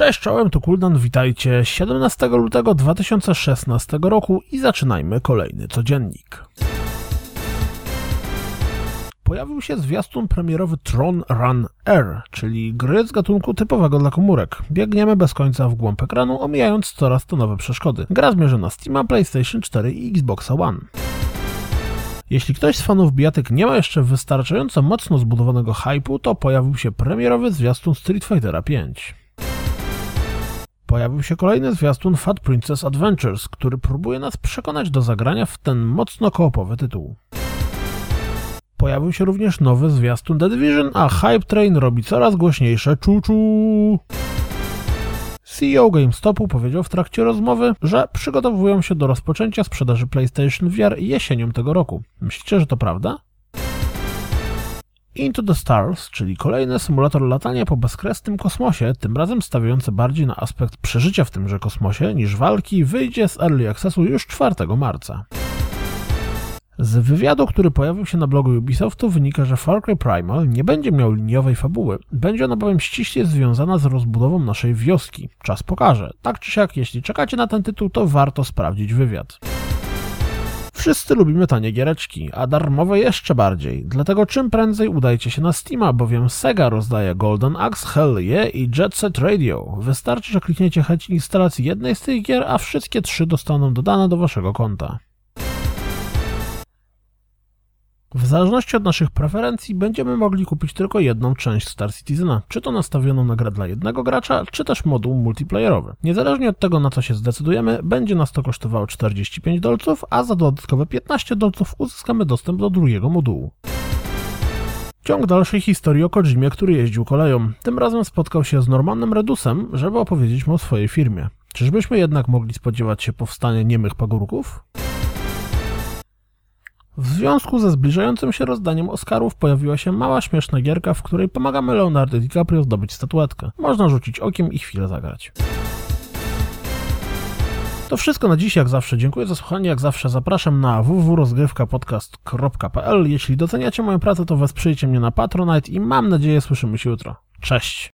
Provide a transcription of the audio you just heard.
Cześć, czołem, tu Kuldan, witajcie 17 lutego 2016 roku i zaczynajmy kolejny codziennik. Pojawił się zwiastun premierowy Tron Run R, czyli gry z gatunku typowego dla komórek. Biegniemy bez końca w głąb ekranu, omijając coraz to nowe przeszkody. Gra zmierza na Steama, PlayStation 4 i Xboxa One. Jeśli ktoś z fanów bijatyk nie ma jeszcze wystarczająco mocno zbudowanego hype'u, to pojawił się premierowy zwiastun Street Fightera 5. Pojawił się kolejny zwiastun Fat Princess Adventures, który próbuje nas przekonać do zagrania w ten mocno koopowy tytuł. Pojawił się również nowy zwiastun The Division, a Hype Train robi coraz głośniejsze czu-czu. CEO GameStopu powiedział w trakcie rozmowy, że przygotowują się do rozpoczęcia sprzedaży PlayStation VR jesienią tego roku. Myślicie, że to prawda? Into the Stars, czyli kolejny symulator latania po bezkresnym kosmosie, tym razem stawiający bardziej na aspekt przeżycia w tymże kosmosie niż walki, wyjdzie z Early Accessu już 4 marca. Z wywiadu, który pojawił się na blogu Ubisoftu, wynika, że Far Cry Primal nie będzie miał liniowej fabuły, będzie ona bowiem ściśle związana z rozbudową naszej wioski. Czas pokaże. Tak czy siak, jeśli czekacie na ten tytuł, to warto sprawdzić wywiad. Wszyscy lubimy tanie giereczki, a darmowe jeszcze bardziej, dlatego czym prędzej udajcie się na Steama, bowiem Sega rozdaje Golden Axe, Hell Yeah i Jet Set Radio. Wystarczy, że klikniecie chęć instalacji jednej z tych gier, a wszystkie 3 zostaną dodane do waszego konta. W zależności od naszych preferencji będziemy mogli kupić tylko jedną część Star Citizena, czy to nastawioną na grę dla jednego gracza, czy też moduł multiplayerowy. Niezależnie od tego, na co się zdecydujemy, będzie nas to kosztowało $45, a za dodatkowe $15 uzyskamy dostęp do drugiego modułu. Ciąg dalszej historii o Kojimie, który jeździł koleją. Tym razem spotkał się z Normanem Redusem, żeby opowiedzieć mu o swojej firmie. Czyżbyśmy jednak mogli spodziewać się powstania niemych pagórków? W związku ze zbliżającym się rozdaniem Oscarów pojawiła się mała, śmieszna gierka, w której pomagamy Leonardo DiCaprio zdobyć statuetkę. Można rzucić okiem i chwilę zagrać. To wszystko na dziś, jak zawsze. Dziękuję za słuchanie, jak zawsze zapraszam na www.rozgrywkapodcast.pl. Jeśli doceniacie moją pracę, to wesprzyjcie mnie na Patronite i mam nadzieję słyszymy się jutro. Cześć!